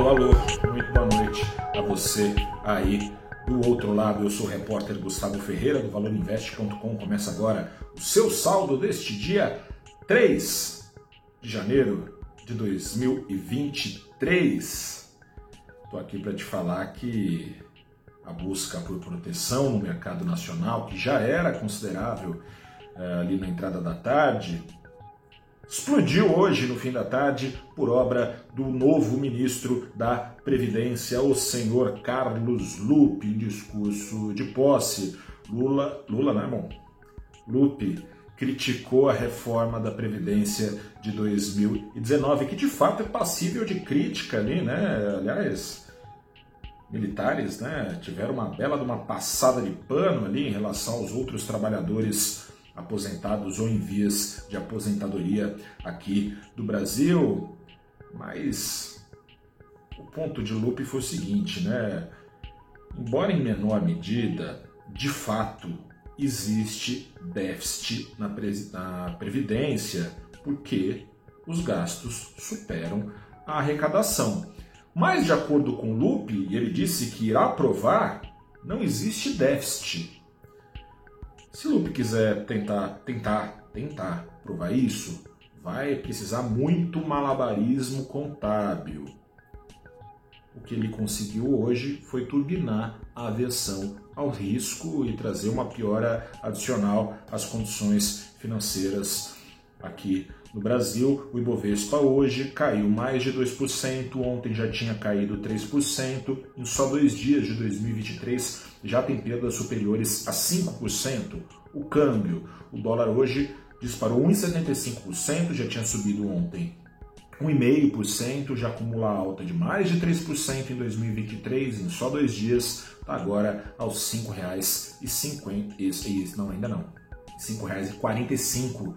alô, muito boa noite a você aí do outro lado. Eu sou o repórter Gustavo Ferreira do valorinvest.com. Começa agora o seu saldo deste dia 3 de janeiro de 2023. Estou aqui para te falar que a busca por proteção no mercado nacional, que já era considerável ali na entrada da tarde, explodiu hoje no fim da tarde por obra do novo ministro da Previdência, o senhor Carlos Lupe, em discurso de posse. Lula, né, irmão? Lupe criticou a reforma da Previdência de 2019, que de fato é passível de crítica ali, né? Aliás, militares, né, tiveram uma bela de uma passada de pano ali em relação aos outros trabalhadores aposentados ou em vias de aposentadoria aqui do Brasil. Mas o ponto de Lupe foi o seguinte, né? Embora em menor medida, de fato, existe déficit na Previdência, porque os gastos superam a arrecadação. Mas, de acordo com Lupe, e ele disse que irá aprovar, não existe déficit. Se Lupe quiser tentar provar isso, vai precisar muito malabarismo contábil. O que ele conseguiu hoje foi turbinar a aversão ao risco e trazer uma piora adicional às condições financeiras aqui no Brasil. O Ibovespa hoje caiu mais de 2%, ontem já tinha caído 3%, em só 2 dias de 2023 já tem perdas superiores a 5%. O câmbio, o dólar hoje disparou 1,75%, já tinha subido ontem 1,5%, já acumula alta de mais de 3% em 2023, em só 2 dias, está agora aos R$ 5,50, não, ainda não, R$ 5,45.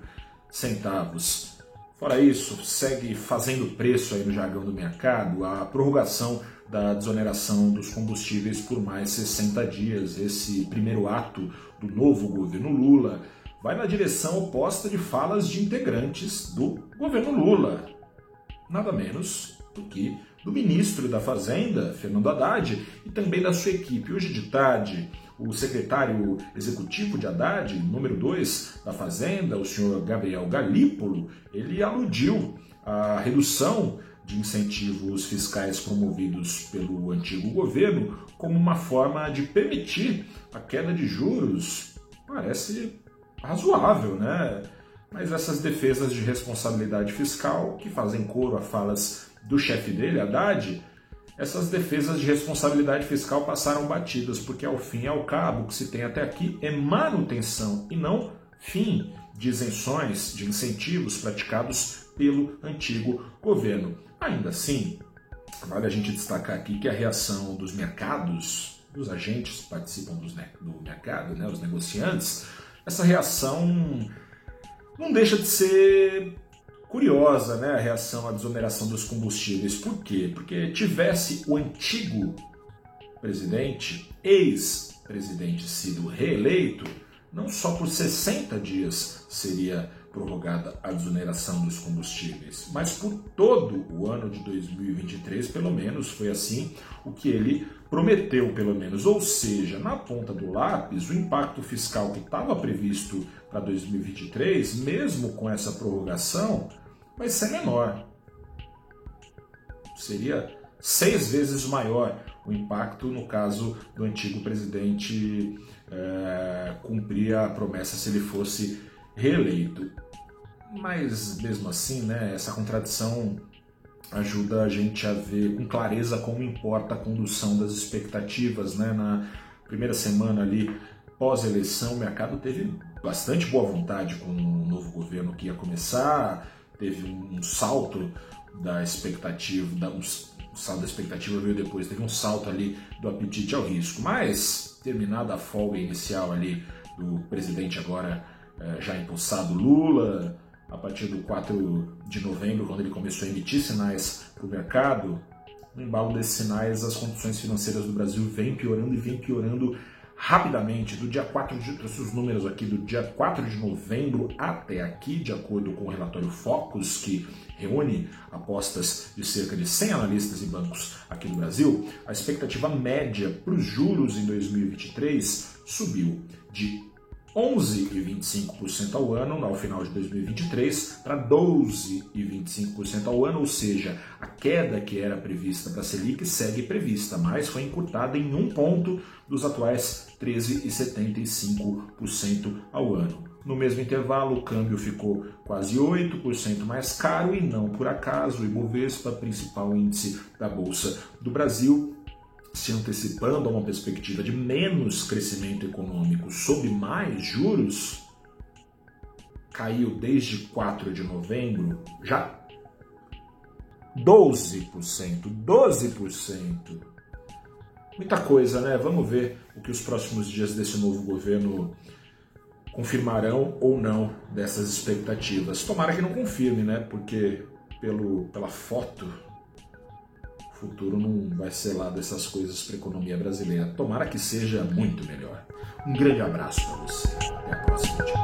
Fora isso, segue fazendo preço aí no jargão do mercado a prorrogação da desoneração dos combustíveis por mais 60 dias. Esse primeiro ato do novo governo Lula vai na direção oposta de falas de integrantes do governo Lula. Nada menos do que do ministro da Fazenda, Fernando Haddad, e também da sua equipe. Hoje de tarde, o secretário executivo de Haddad, número 2 da Fazenda, o senhor Gabriel Galípolo, ele aludiu à redução de incentivos fiscais promovidos pelo antigo governo como uma forma de permitir a queda de juros. Parece razoável, né? Mas essas defesas de responsabilidade fiscal, que fazem coro a falas do chefe dele, Haddad, essas defesas de responsabilidade fiscal passaram batidas, porque ao fim e ao cabo o que se tem até aqui é manutenção e não fim de isenções, de incentivos praticados pelo antigo governo. Ainda assim, vale a gente destacar aqui que a reação dos mercados, dos agentes que participam do mercado, né, os negociantes, essa reação não deixa de ser curiosa, né, a reação à desoneração dos combustíveis. Por quê? Porque tivesse o antigo presidente, ex-presidente, sido reeleito, não só por 60 dias seria prorrogada a desoneração dos combustíveis, mas por todo o ano de 2023, pelo menos, foi assim o que ele prometeu, pelo menos. Ou seja, na ponta do lápis, o impacto fiscal que estava previsto para 2023, mesmo com essa prorrogação, vai ser menor. Seria 6 vezes maior o impacto no caso do antigo presidente cumprir a promessa se ele fosse reeleito. Mas mesmo assim, né, essa contradição ajuda a gente a ver com clareza como importa a condução das expectativas, né? Na primeira semana ali pós-eleição, o mercado teve bastante boa vontade com o novo governo que ia começar, teve um salto da expectativa, o salto da expectativa veio depois, teve um salto ali do apetite ao risco, mas terminada a folga inicial ali do presidente agora já empossado Lula, a partir do 4 de novembro, quando ele começou a emitir sinais para o mercado, no embalo desses sinais, as condições financeiras do Brasil vêm piorando e vêm piorando rapidamente, do dia 4 de, os números aqui do dia 4 de novembro até aqui, de acordo com o relatório Focus, que reúne apostas de cerca de 100 analistas e bancos aqui no Brasil, a expectativa média para os juros em 2023 subiu de 11,25% ao ano ao final de 2023 para 12,25% ao ano, ou seja, a queda que era prevista para a Selic segue prevista, mas foi encurtada em 1 ponto dos atuais 13,75% ao ano. No mesmo intervalo, o câmbio ficou quase 8% mais caro e não por acaso o Ibovespa, principal índice da Bolsa do Brasil, se antecipando a uma perspectiva de menos crescimento econômico sob mais juros, caiu desde 4 de novembro já 12%. Muita coisa, né? Vamos ver o que os próximos dias desse novo governo confirmarão ou não dessas expectativas. Tomara que não confirme, né? Porque pela foto, o futuro não vai ser lá dessas coisas para a economia brasileira. Tomara que seja muito melhor. Um grande abraço para você. Até a próxima.